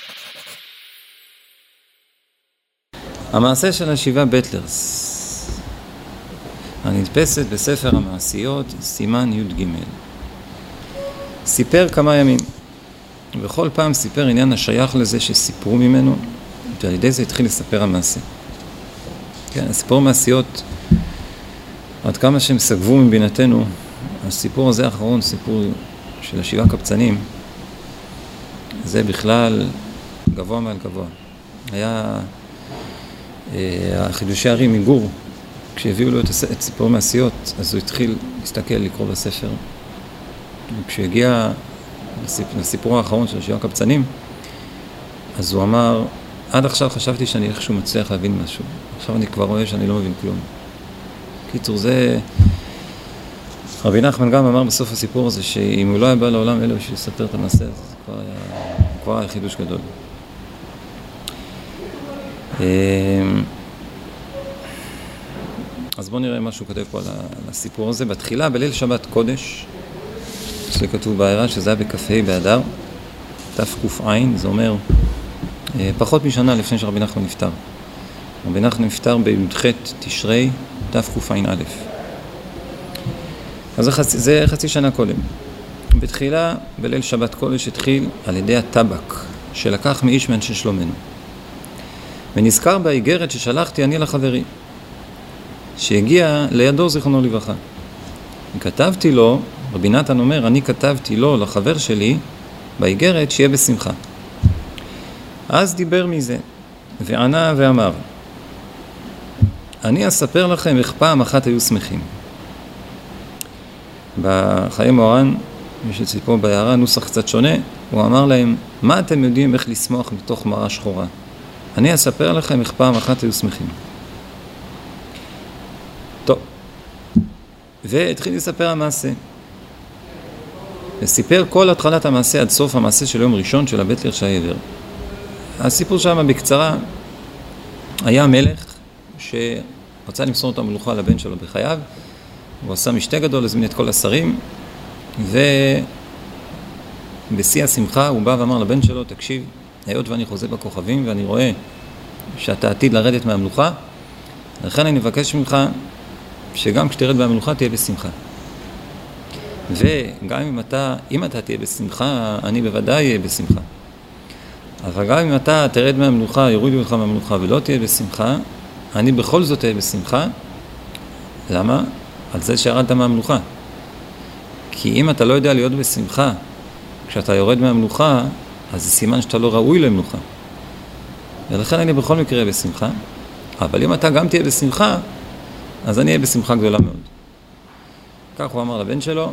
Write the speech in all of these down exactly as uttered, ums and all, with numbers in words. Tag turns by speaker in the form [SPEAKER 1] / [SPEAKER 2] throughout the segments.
[SPEAKER 1] המעשה של השבעה בטלרס הנתפסת בספר המעשיות, סימן י' ג'. סיפר כמה ימים, ובכל פעם סיפר עניין השייך לזה שסיפרו ממנו, ועל ידי זה התחיל לספר המעשה. כן, הסיפור המעשיות, עד כמה שהם סגבו מבינתנו, הסיפור הזה האחרון, סיפור של השבעה קבצנים, זה בכלל גבוה מעל גבוה. היה אה, החידושי הרים מגור, כשהביאו לו את, את סיפור מעשיות, אז הוא התחיל להסתכל, לקרוא בספר. וכשהגיע לסיפ, לסיפור האחרון של השבעה קבצנים, אז הוא אמר, עד עכשיו חשבתי שאני איכשהו מצליח להבין משהו. עכשיו אני כבר רואה שאני לא מבין כלום. קיצור, זה... רבי נחמן גם אמר בסוף הסיפור הזה, שאם הוא לא היה בא לעולם אלו בשביל לספר את המעשה, אז זה כבר היה, כבר היה חידוש גדול. אז בואו נראה מה שהוא כותב פה על הסיפור הזה. בתחילה, בליל שבת קודש, זה כתוב בעירה שזה היה בכ"ה באדר, תק"ע, זה אומר פחות משנה לפני שרבי נחמן נפטר. רבי נחמן נפטר בי"ח תשרי תקע"א. אז זה חצי, זה חצי שנה קודם. בתחילה, בליל שבת קודש התחיל על ידי הטבק שלקח מאיש מאנשי שלומנו. ונזכר באיגרת ששלחתי אני לחברי, שהגיע לידו זיכרונו לברכה. כתבתי לו, רבי נתן אומר, אני כתבתי לו, לחבר שלי, באיגרת שיהיה בשמחה. אז דיבר מזה, וענה ואמר, אני אספר לכם איך פעם אחת היו שמחים. בחיי מוהר"ן, מי שציפו בעיירה, נוסח קצת שונה, הוא אמר להם, מה אתם יודעים איך לשמוח מתוך מראה שחורה? אני אספר לכם איך פעם אחת היו שמחים. טוב, והתחיל לספר המעשה. וסיפר כל התחלת המעשה עד סוף המעשה של יום ראשון של הבית לרשע עבר. הסיפור שם בקצרה, היה מלך שרצה למסור את המלוכה לבן שלו בחייו, הוא עשה משתה גדול, הזמין את כל השרים, ובשיא השמחה הוא בא ואמר לבן שלו, תקשיב, היות ואני חוזה בכוכבים ואני רואה שאתה עתיד לרדת מהמלוכה, לכן אני מבקש ממך שגם כשתרד מהמלוכה תהיה בשמחה. וגם אם אתה, אם אתה תהיה בשמחה, אני בוודאי אהיה בשמחה. אבל גם אם אתה תרד מהמלוכה, יורידו לך מהמלוכה ולא תהיה בשמחה, אני בכל זאת אהיה בשמחה. למה? על זה שירדת מהמלוכה. כי אם אתה לא יודע להיות בשמחה, כשאתה יורד מהמלוכה, אז זה סימן שאתה לא ראוי למלוכה. ולכן אני בכל מקרה אהיה בשמחה. אבל אם אתה גם תהיה בשמחה, אז אני אהיה בשמחה גדולה מאוד. כך הוא אמר לבן שלו,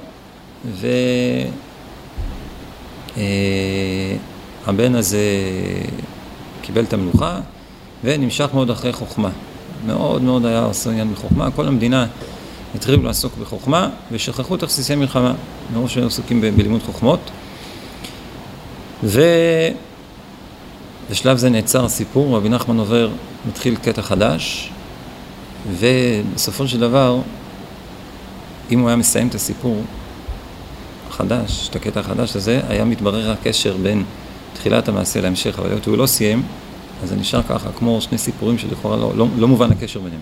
[SPEAKER 1] והבן הזה קיבל את המלוכה, ונמשך מאוד אחרי חוכמה. מאוד מאוד היה עושה עניין בחוכמה. כל המדינה התחילו לעסוק בחוכמה, ושכחו את תכסיסי מלחמה, מראש שהיו עסוקים ב- בלימוד חוכמות. ובשלב זה נעצר הסיפור, רבי נחמן עובר, מתחיל קטע חדש, ובסופו של דבר, אם הוא היה מסיים את הסיפור החדש, את הקטע החדש הזה, היה מתברר הקשר בין תחילת המעשה להמשך, אבל הוא לא סיים, אז זה נשאר ככה, כמו שני סיפורים שלכאורה לא, לא, לא מובן הקשר ביניהם.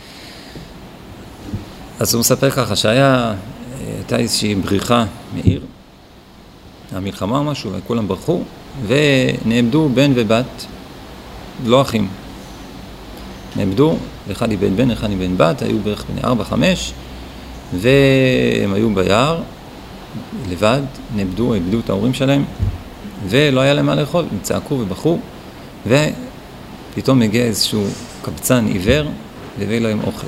[SPEAKER 1] אז הוא מספר ככה, שהיה, הייתה איזושהי בריחה מעיר, המלחמה או משהו, וכולם ברחו, ונאבדו בן ובת, לא אחים. נאבדו, אחד איבד בן, אחד איבד בת, היו בערך בני ארבע, חמש, והם היו ביער, לבד, נאבדו, איבדו את ההורים שלהם, ולא היה להם מה לאכול, הם צעקו ובחרו, ופתאום מגיע איזשהו קבצן עיוור, והביא להם אוכל.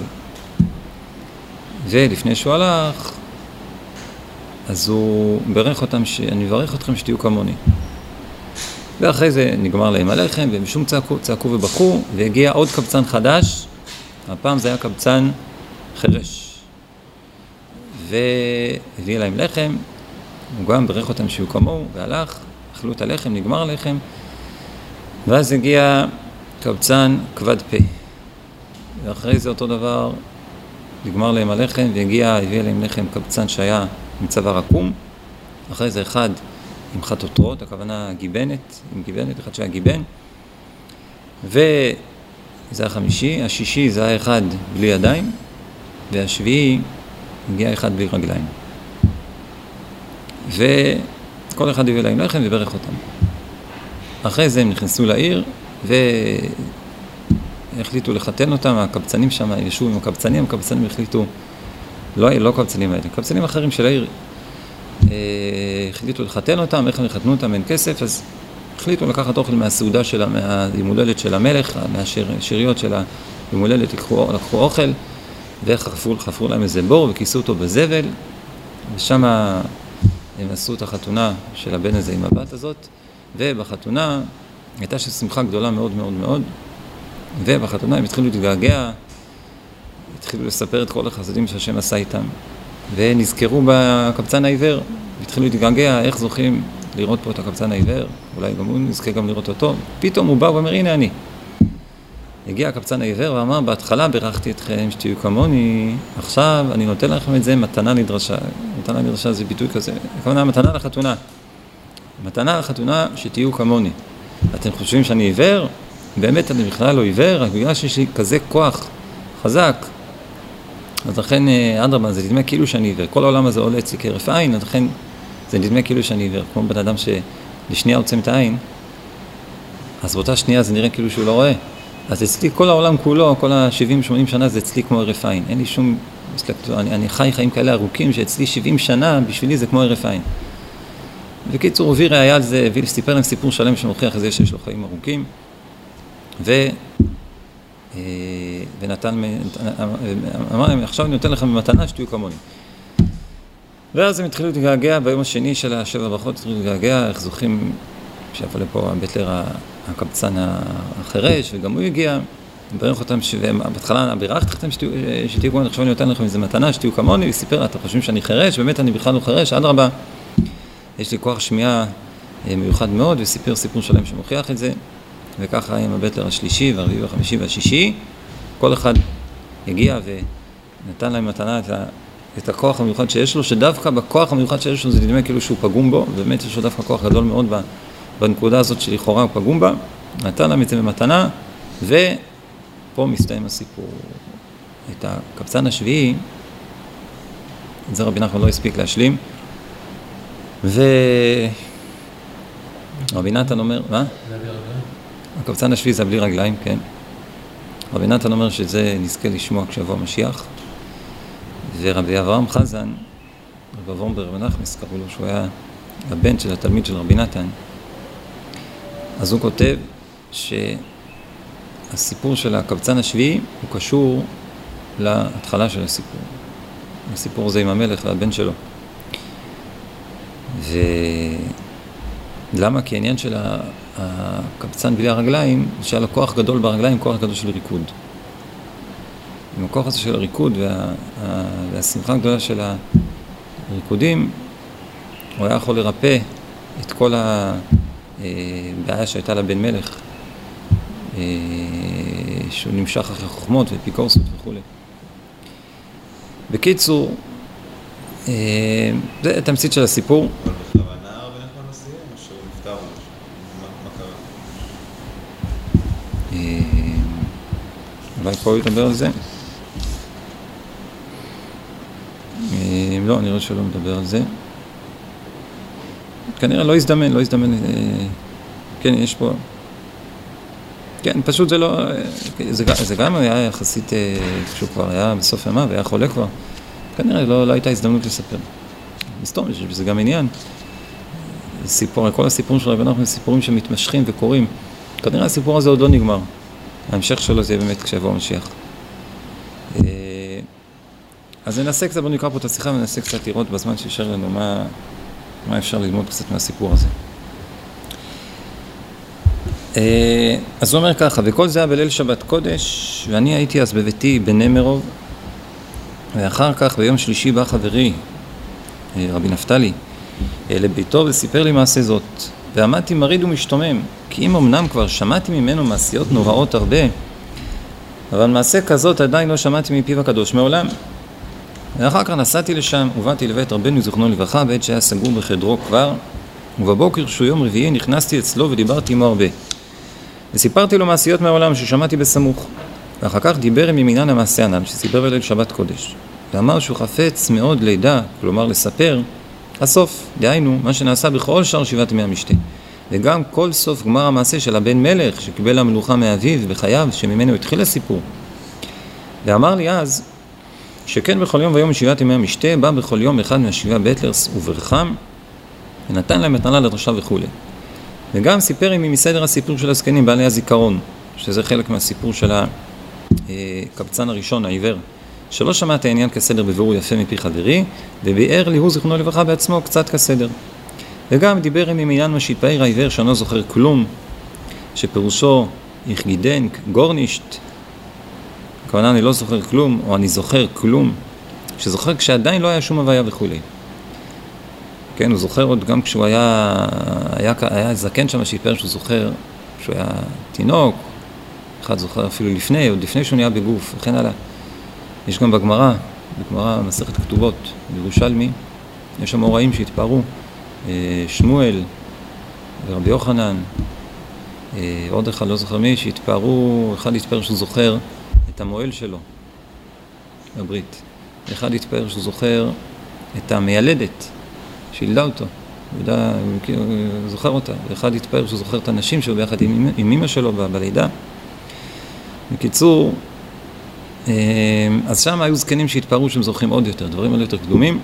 [SPEAKER 1] ולפני שהוא הלך, אז הוא ברך אותם, אני מברך אתכם שתהיו כמוני. ואחרי זה נגמר להם הלחם, והם שום צעקו, צעקו ובחרו, והגיע עוד קבצן חדש, הפעם זה היה קבצן חרש. והביא להם לחם, הוא גם ברך אותם שיהיו כמוהו, והלך, אכלו את הלחם, נגמר הלחם, ואז הגיע קבצן כבד פה. ואחרי זה אותו דבר, נגמר להם הלחם, והגיע, הביא להם לחם קבצן שהיה עם צוואר עקום, אחרי זה אחד עם חטוטרות, הכוונה גיבנת, עם גיבנת, אחד שהיה גיבן. וזה החמישי, השישי זה היה אחד בלי ידיים, והשביעי הגיע אחד בלי רגליים. וכל אחד הביא להם לחם וברך אותם. אחרי זה הם נכנסו לעיר, והחליטו לחתן אותם, הקבצנים שם ישבו עם הקבצנים, הקבצנים החליטו, לא, לא הקבצנים האלה, קבצנים אחרים של העיר, החליטו לחתן אותם, איך הם יחתנו אותם, אין כסף, אז החליטו לקחת אוכל מהסעודה של, מהיום הולדת של המלך, מהשאריות של היום הולדת, לקחו, לקחו אוכל, וחפרו, חפרו להם איזה בור וכיסו אותו בזבל, ושם הם עשו את החתונה של הבן הזה עם הבת הזאת, ובחתונה הייתה שמחה גדולה מאוד מאוד מאוד, ובחתונה הם התחילו להתגעגע, התחילו לספר את כל החסדים שהשם עשה איתם, ונזכרו בקבצן העיוור, והתחילו להתגעגע איך זוכים לראות פה את הקבצן העיוור, אולי גם הוא נזכה גם לראות אותו. פתאום הוא בא ואומר, הנה אני. הגיע הקבצן העיוור ואמר, בהתחלה בירכתי אתכם שתהיו כמוני, עכשיו אני נותן לכם את זה מתנה לדרשה. מתנה לדרשה זה ביטוי כזה, הכוונה מתנה לחתונה. מתנה לחתונה שתהיו כמוני. אתם חושבים שאני עיוור? באמת אני בכלל לא עיוור, רק בגלל שיש לי כזה כוח חזק. אז לכן, אדרבה, זה נדמה כאילו שאני עיוור. כל העולם הזה עולה אצלי כהרף עין, אז לכן זה נדמה כאילו שאני עיוור. כמו בן אדם שלשנייה עוצם את העין, אז באותה שנייה זה נראה כאילו שהוא לא רואה. אז אצלי כל העולם כולו, כל ה-שבעים שמונים שנה, זה אצלי כמו הרף עין. אין לי שום, אני, אני חי חיים כאלה ארוכים, שאצלי שבעים שנה, בשבילי זה כמו הרף עין. וקיצור, הביא ראיה על זה, הביא לסיפר להם סיפור שלם שמוכיח את זה שיש לו חיים ארוכים. ו... ונתן, אמר להם, עכשיו אני נותן לכם במתנה שתהיו כמוני. ואז הם התחילו להתגעגע, ביום השני של השבע ברכות התחילו להתגעגע, איך זוכים, שיפה לפה הבטלר הקבצן החרש, וגם הוא הגיע, ברך אותם, בהתחלה בירכתי אתכם שתהיו כמוני, עכשיו אני נותן לכם איזה מתנה שתהיו כמוני, וסיפר, אתם חושבים שאני חרש, באמת אני בכלל לא חרש, אדרבה, יש לי כוח שמיעה מיוחד מאוד, וסיפר סיפור שלם שמוכיח את זה, וככה עם הבטלר השלישי והרביעי והחמישי והשישי, כל אחד יגיע ונתן להם מתנה את, ה, את הכוח המיוחד שיש לו, שדווקא בכוח המיוחד שיש לו זה נדמה כאילו שהוא פגום בו, ובאמת יש לו דווקא כוח גדול מאוד בנקודה הזאת שלכאורה הוא פגום בה, נתן להם את זה במתנה, ופה מסתיים הסיפור. את הקבצן השביעי, את זה רבי נחמן לא הספיק להשלים, ורבי נתן אומר, מה? הקבצן השביעי זה בלי רגליים, כן. רבי נתן אומר שזה נזכה לשמוע כשיבוא המשיח. ורבי אברהם חזן, רבי אברהם ברבי נחמס, קראו לו שהוא היה הבן של התלמיד של רבי נתן. אז הוא כותב שהסיפור של הקבצן השביעי הוא קשור להתחלה של הסיפור. הסיפור הזה עם המלך והבן שלו. ולמה? כי העניין של הקבצן בלי הרגליים, שהיה לו כוח גדול ברגליים, כוח גדול של ריקוד. עם הכוח הזה של הריקוד וה, והשמחה הגדולה של הריקודים, הוא היה יכול לרפא את כל הבעיה שהייתה לבן מלך, שהוא נמשך אחרי חוכמות ואפיקורסות וכו'. בקיצור, זה תמצית של הסיפור. אולי פה הוא ידבר על זה? לא, אני רואה שלא מדבר על זה. כנראה לא הזדמן, לא הזדמן. כן, יש פה... כן, פשוט זה לא... זה, זה גם היה יחסית, כשהוא כבר היה בסוף ימה והיה חולה כבר. כנראה לא, לא הייתה הזדמנות לספר. מסתום, זה גם עניין. סיפור, כל הסיפורים של רבי נחמן, סיפורים שמתמשכים וקורים. כנראה הסיפור הזה עוד לא נגמר. ההמשך שלו זה באמת כשיבוא המשיח. אז ננסה קצת, בואו נקרא פה את השיחה וננסה קצת לראות בזמן שישר לנו מה, מה אפשר ללמוד קצת מהסיפור הזה. אז הוא אומר ככה, וכל זה היה בליל שבת קודש, ואני הייתי אז בביתי בנמרוב, ואחר כך ביום שלישי בא חברי, רבי נפתלי, לביתו וסיפר לי מעשה זאת, ועמדתי מריד ומשתומם, כי אם אמנם כבר שמעתי ממנו מעשיות נוראות הרבה, אבל מעשה כזאת עדיין לא שמעתי מפיו הקדוש מעולם. ואחר כך נסעתי לשם, ובאתי לבית רבנו זיכרונו לברכה, בעת שהיה סגור בחדרו כבר, ובבוקר שהוא יום רביעי נכנסתי אצלו ודיברתי עמו הרבה. וסיפרתי לו מעשיות מהעולם ששמעתי בסמוך. ואחר כך דיבר עם עניין המעשה הנ"ל שסיפר בליל שבת קודש. ואמר שהוא חפץ מאוד לידע, כלומר לספר, הסוף, דהיינו, מה שנעשה בכל שאר שבעת ימי המשתה. וגם כל סוף גמר המעשה של הבן מלך שקיבל המלוכה מאביו בחייו שממנו התחיל הסיפור. ואמר לי אז שכן בכל יום ויום משבעת ימי המשתה בא בכל יום אחד מהשבעה בטלרס וברכם ונתן להם מתנה לדרשה וכו'. וגם סיפר עמי מסדר הסיפור של הזקנים בעלי הזיכרון, שזה חלק מהסיפור של הקבצן הראשון, העיוור, שלא שמע את העניין כסדר בבירור יפה מפי חברי, וביאר לי הוא זיכרונו לברכה בעצמו קצת כסדר. וגם דיבר עם עניין מה שהתפאר העיוור שאינו זוכר כלום, שפירושו יחגידנק, גורנישט, הכוונה אני לא זוכר כלום, או אני זוכר כלום, שזוכר כשעדיין לא היה שום הוויה וכו'. כן, הוא זוכר עוד גם כשהוא היה, היה, היה זקן שם שהתפאר שהוא זוכר, שהוא היה תינוק, אחד זוכר אפילו לפני, עוד לפני שהוא נהיה בגוף, וכן הלאה. יש גם בגמרא, בגמרא מסכת כתובות, בירושלמי, יש שם הוראים שהתפארו, שמואל ורבי יוחנן, עוד אחד לא זוכר מי, שהתפארו, אחד התפאר שהוא זוכר את המועל שלו, בברית. אחד התפאר שהוא זוכר את המיילדת, שילדה אותו, הוא, יודע, הוא זוכר אותה. ואחד התפאר שהוא זוכר את הנשים שהוא ביחד עם, עם אמא שלו ב, בלידה. בקיצור, אז שם היו זקנים שהתפארו שהם זוכרים עוד יותר, דברים עוד יותר קדומים,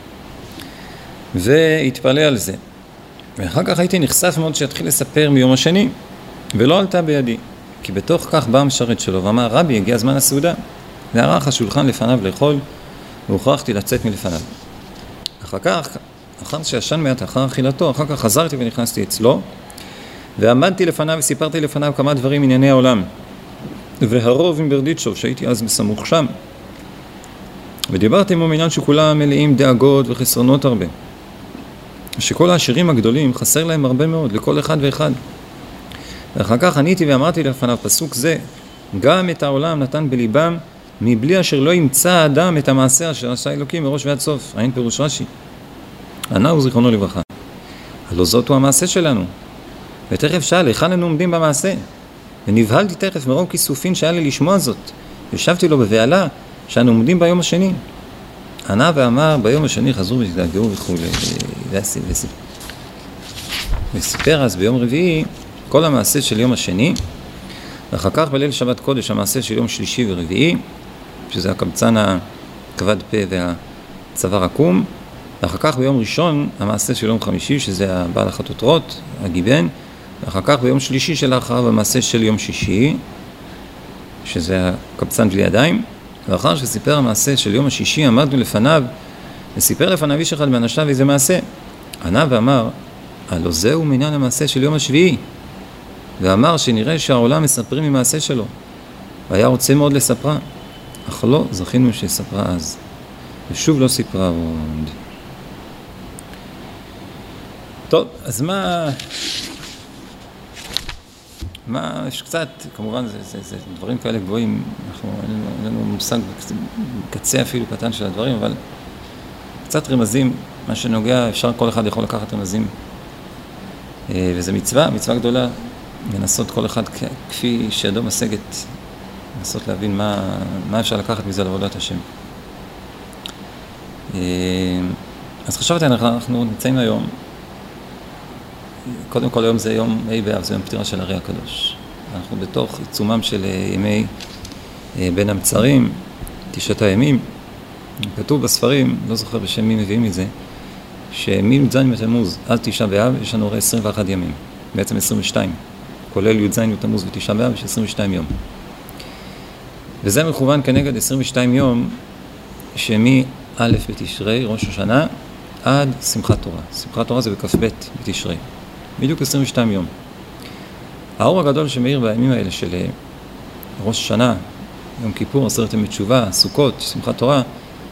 [SPEAKER 1] והתפלא על זה. ואחר כך הייתי נחשף מאוד שהתחיל לספר מיום השני, ולא עלתה בידי, כי בתוך כך בא המשרת שלו ואמר, רבי, הגיע זמן הסעודה, וערך השולחן לפניו לאכול, והוכרחתי לצאת מלפניו. אחר כך, אחר שישן מעט אחר אכילתו, אחר כך חזרתי ונכנסתי אצלו, ועמדתי לפניו וסיפרתי לפניו כמה דברים ענייני העולם, והרוב עם ברדיצ'וב, שהייתי אז בסמוך שם, ודיברתי עם עניין שכולם מלאים דאגות וחסרונות הרבה, שכל העשירים הגדולים חסר להם הרבה מאוד, לכל אחד ואחד. ואחר כך עניתי ואמרתי לפניו פסוק זה, גם את העולם נתן בליבם, מבלי אשר לא ימצא האדם את המעשה אשר עשה אלוקים מראש ועד סוף. עין פירוש רש"י. ענה הוא זיכרונו לברכה. הלא זאת הוא המעשה שלנו. ותכף שאל, היכן אנו עומדים במעשה? ונבהלתי תכף מרוב כיסופין שהיה לי לשמוע זאת. ישבתי לו בבעלה שאנו עומדים ביום השני. ענה ואמר, ביום השני חזרו והתגעגעו וכו'. וסיפר אז ביום רביעי כל המעשה של יום השני, ואחר כך בליל שבת קודש המעשה של יום שלישי ורביעי, שזה הקבצן הכבד פה והצוואר עקום, ואחר כך ביום ראשון המעשה של יום חמישי, שזה הבעל החטוטרות, הגיבן, ואחר כך ביום שלישי שלאחר המעשה של יום שישי, שזה הקבצן בלי ידיים, ואחר שסיפר המעשה של יום השישי עמדנו לפניו, וסיפר לפניו איש אחד מאנשיו איזה מעשה. ענה ואמר, הלא זהו מעניין המעשה של יום השביעי, ואמר שנראה שהעולם מספרים ממעשה שלו, והיה רוצה מאוד לספרה, אך לא זכינו שספרה אז, ושוב לא סיפרה עוד. טוב, אז מה, מה, יש קצת, כמובן זה, זה, זה דברים כאלה גבוהים, אנחנו, אין, אין לנו מושג בקצה אפילו קטן של הדברים, אבל קצת רמזים, מה שנוגע, אפשר כל אחד יכול לקחת רמזים, וזה מצווה, מצווה גדולה, לנסות כל אחד כפי שידו משגת, לנסות להבין מה, מה אפשר לקחת מזה לעבודת השם. אז חשבתי, אנחנו נמצאים היום, קודם כל היום זה יום ה' באב, זה יום פטירה של הרי הקדוש. אנחנו בתוך עיצומם של ימי בין המצרים, תשעת הימים. כתוב בספרים, לא זוכר בשם מי מביאים את זה, שמ-י"ז בתמוז עד תשעה באב יש לנו הרי עשרים ואחד ימים, בעצם עשרים ושתיים, כולל י"ז בתמוז ותשעה באב יש עשרים ושתיים יום. וזה מכוון כנגד עשרים ושתיים יום שמא' בתשרי, ראש השנה, עד שמחת תורה. שמחת תורה זה בכ"ב בתשרי. בדיוק עשרים ושתיים יום. האור הגדול שמאיר בימים האלה של ראש השנה, יום כיפור, עשרת ימי תשובה, סוכות, שמחת תורה,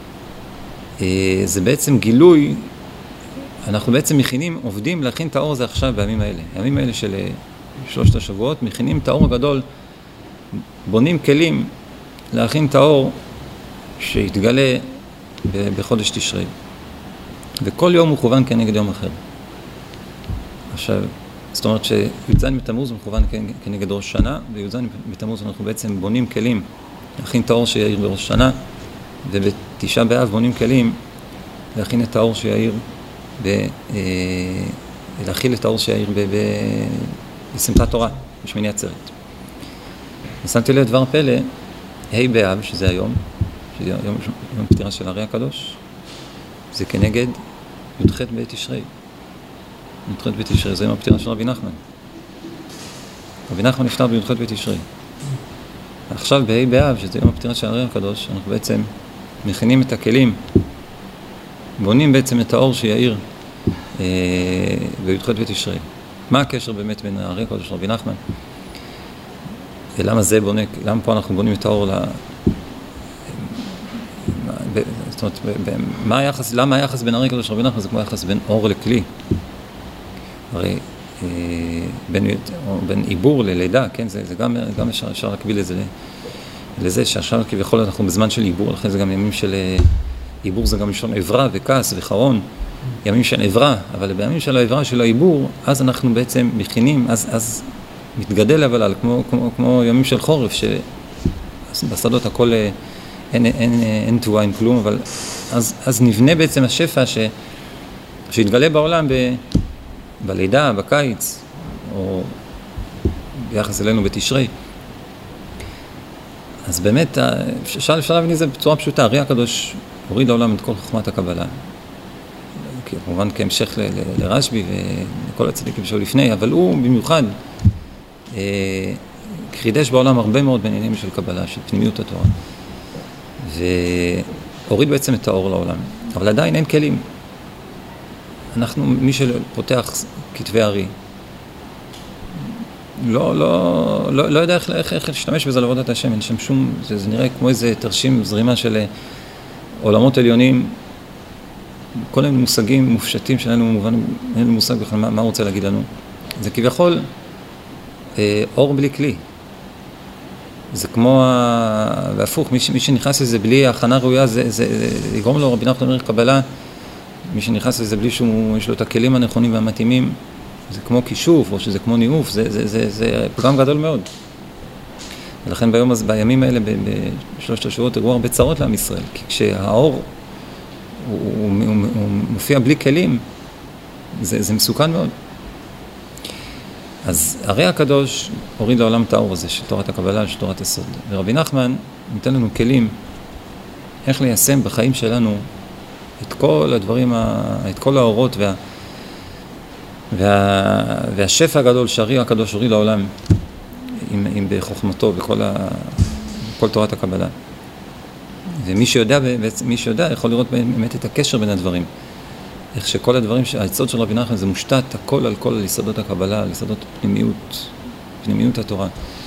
[SPEAKER 1] זה בעצם גילוי, אנחנו בעצם מכינים, עובדים להכין את האור הזה עכשיו בימים האלה. הימים האלה של שלושת השבועות, מכינים את האור הגדול, בונים כלים להכין את האור שיתגלה בחודש תשרי. וכל יום הוא כוון כנגד יום אחר. עכשיו, זאת אומרת שי"ז בתמוז מכוון כנגד ראש שנה, וי"ז בתמוז אנחנו בעצם בונים כלים להכין את האור שיאיר בראש שנה, ובתשעה באב בונים כלים להכין את האור שיאיר, ב, להכיל את האור שיאיר ב, ב, בשמחת תורה, בשמיני עצרת. ושמתי לב דבר פלא, ה' באב, שזה היום, שזה יום, יום פטירה של הארי הקדוש, זה כנגד י"ח בתשרי. י"ח בתשרי, זה יום הפטירה של רבי נחמן. רבי נחמן נפטר בי"ח בתשרי. עכשיו בה' באב, שזה יום הפטירה של הארי הקדוש, אנחנו בעצם מכינים את הכלים, בונים בעצם את האור שיאיר אה, בי"ח בתשרי. מה הקשר באמת בין הארי הקדוש של רבי נחמן? ולמה זה בונה, למה פה אנחנו בונים את האור ל... זאת אומרת, מה היחס, למה היחס בין הארי הקדוש של רבי נחמן זה כמו היחס בין אור לכלי? הרי אה, בין, בין עיבור ללידה, כן, זה, זה גם, גם אפשר, אפשר להקביל לזה, לזה שעכשיו כביכול אנחנו בזמן של עיבור, לכן זה גם ימים של עיבור, זה גם לשון עברה וכעס וחרון, ימים של עברה, אבל בימים של העברה של העיבור, אז אנחנו בעצם מכינים, אז, אז מתגדל אבל כמו, כמו, כמו ימים של חורף, שבשדות הכל אין, אין, אין תבואה, אין כלום, אבל אז, אז נבנה בעצם השפע ש, שיתגלה בעולם ב, בלידה, בקיץ, או ביחס אלינו בתשרי. אז באמת, אפשר אפשר להבין את זה בצורה פשוטה, הארי הקדוש הוריד לעולם את כל חוכמת הקבלה. כמובן כהמשך ל, ל, לרשב"י ולכל הצדיקים שהיו לפני, אבל הוא במיוחד אה, חידש בעולם הרבה מאוד בעניינים של קבלה, של פנימיות התורה. והוריד בעצם את האור לעולם. אבל עדיין אין כלים. אנחנו, מי שפותח כתבי הארי, לא, לא, לא, לא יודע איך, איך, איך להשתמש בזה לעבודת השם, אין שם שום, זה, זה נראה כמו איזה תרשים זרימה של עולמות עליונים, כל מיני מושגים מופשטים שלנו, מובן, אין לנו מושג בכלל מה, מה רוצה להגיד לנו. זה כביכול אה, אור בלי כלי. זה כמו, ה... והפוך, מי, מי שנכנס לזה בלי הכנה ראויה, זה, זה, זה יגרום לו, רבי נחמן אומר קבלה, מי שנכנס לזה בלי שיש לו את הכלים הנכונים והמתאימים, זה כמו כישוף, או שזה כמו ניאוף, זה, זה, זה, זה פגם גדול מאוד. ולכן ביום, בימים האלה, בשלושת השבועות, הראו הרבה צרות לעם ישראל, כי כשהאור הוא, הוא, הוא, הוא מופיע בלי כלים, זה, זה מסוכן מאוד. אז הארי הקדוש הוריד לעולם את האור הזה, של תורת הקבלה, של תורת הסוד. ורבי נחמן ניתן לנו כלים, איך ליישם בחיים שלנו את כל הדברים, את כל האורות וה... וה, והשפע הגדול שהארי הקדוש הוריד לעולם עם, עם בחוכמתו בכל ה, בכל תורת הקבלה. ומי שיודע, מי שיודע יכול לראות באמת את הקשר בין הדברים. איך שכל הדברים, היסוד של רבי נחמן זה מושתת הכל על כל יסודות הקבלה, על יסודות פנימיות, פנימיות התורה.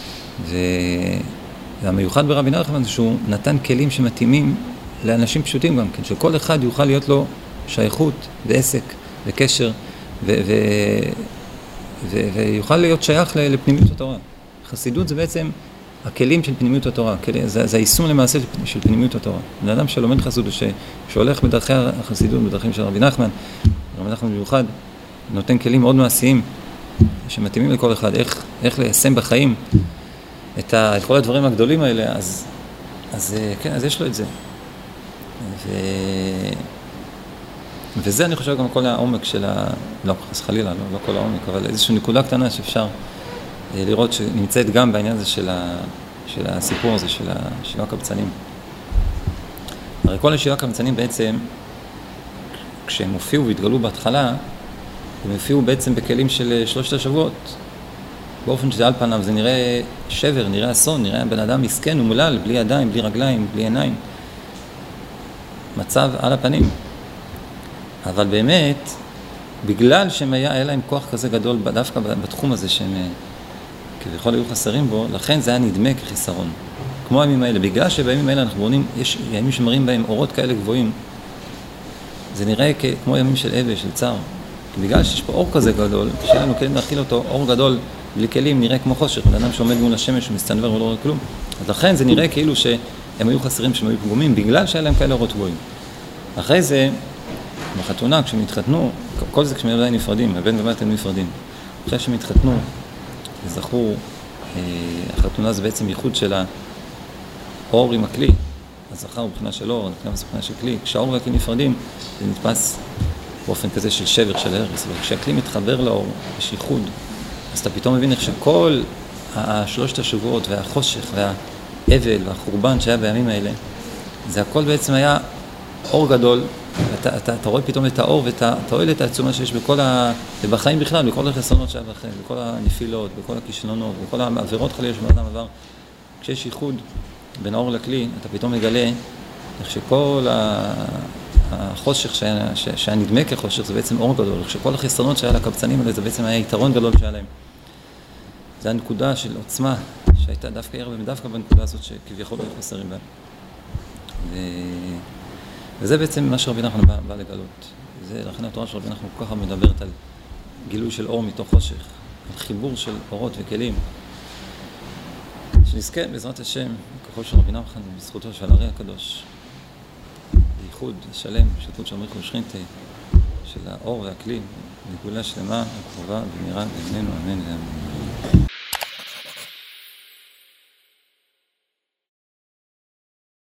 [SPEAKER 1] והמיוחד ברבי נחמן זה שהוא נתן כלים שמתאימים לאנשים פשוטים גם כן, שכל אחד יוכל להיות לו שייכות ועסק וקשר, ו- ו- ו- ויוכל להיות שייך לפנימיות התורה. חסידות זה בעצם הכלים של פנימיות התורה, זה, זה היישום למעשה של פנימיות התורה. בן אדם שלומד חסידות, ש- שהולך בדרכי החסידות, בדרכים של רבי נחמן, רבי נחמן במיוחד, נותן כלים מאוד מעשיים, שמתאימים לכל אחד, איך, איך ליישם בחיים את, ה- את כל הדברים הגדולים האלה, אז, אז, כן, אז יש לו את זה. ו... וזה אני חושב גם כל העומק של ה... לא חס חלילה, לא, לא כל העומק, אבל איזושהי נקודה קטנה שאפשר לראות שנמצאת גם בעניין הזה של, ה... של הסיפור הזה, של השבעה קבצנים. הרי כל השבעה קבצנים בעצם, כשהם הופיעו והתגלו בהתחלה, הם הופיעו בעצם בכלים של שלושת השבועות. באופן שזה על פניו זה נראה שבר, נראה אסון, נראה בן אדם מסכן ומולל, בלי ידיים, בלי רגליים, בלי עיניים. מצב על הפנים. אבל באמת, בגלל שהם היה, היה להם כוח כזה גדול, דווקא בתחום הזה שהם כביכול היו חסרים בו, לכן זה היה נדמה כחיסרון. כמו הימים האלה, בגלל שבימים האלה אנחנו בונים, יש ימים שמראים בהם אורות כאלה גבוהים, זה נראה כמו ימים של אבל, של צער. בגלל שיש פה אור כזה גדול, כשאנו כלים להכיל אותו, אור גדול בלי כלים נראה כמו חושך, בן אדם שעומד מול השמש ומסתנוור ולא רואה כלום. אז לכן זה נראה כאילו שהם היו חסרים, שהם היו פגומים, בגלל שהיה להם כאלה אורות גבוהים. אחרי זה, בחתונה, כשהם התחתנו, כל זה כשהם עדיין נפרדים, הבן והבת הם נפרדים. אחרי שהם התחתנו, זכו, החתונה זה בעצם ייחוד של האור עם הכלי, הזכר מבחינה של אור, הנקבה מבחינה של כלי. כשהאור והכלי נפרדים, זה נתפס באופן כזה של שבר, של הרס. אבל כשהכלי מתחבר לאור, יש ייחוד, אז אתה פתאום מבין איך שכל השלושת השבועות והחושך והאבל והחורבן שהיה בימים האלה, זה הכל בעצם היה אור גדול. אתה, אתה, אתה רואה פתאום את האור ואת התועלת העצומה שיש בכל ה... ובחיים בכלל, בכל החסרונות שהיה בחיים, בכל הנפילות, בכל הכישלונות, בכל העבירות חלילה שבאדם עבר. כשיש ייחוד בין האור לכלי, אתה פתאום מגלה איך שכל החושך שהיה, שהיה נדמה כחושך, זה בעצם אור גדול. איך שכל החסרונות שהיה לקבצנים האלה, זה בעצם היה יתרון גדול שהיה להם. זה הנקודה של עוצמה שהייתה דווקא ערב ודווקא בנקודה הזאת שכביכול היו חסרים בה. ו... וזה בעצם מה שרבי נחמן בא, בא לגלות. זה לכן התורה של רבי נחמן כל כך מדברת על גילוי של אור מתוך חושך, על חיבור של אורות וכלים. שנזכה בעזרת השם, ככל של רבי נחמן, בזכותו של הרי הקדוש, בייחוד שלם, שתות של מריחו ושכינתה, של האור והכלי, לגאולה שלמה, הקרובה במהרה בימינו, אמן ואמן.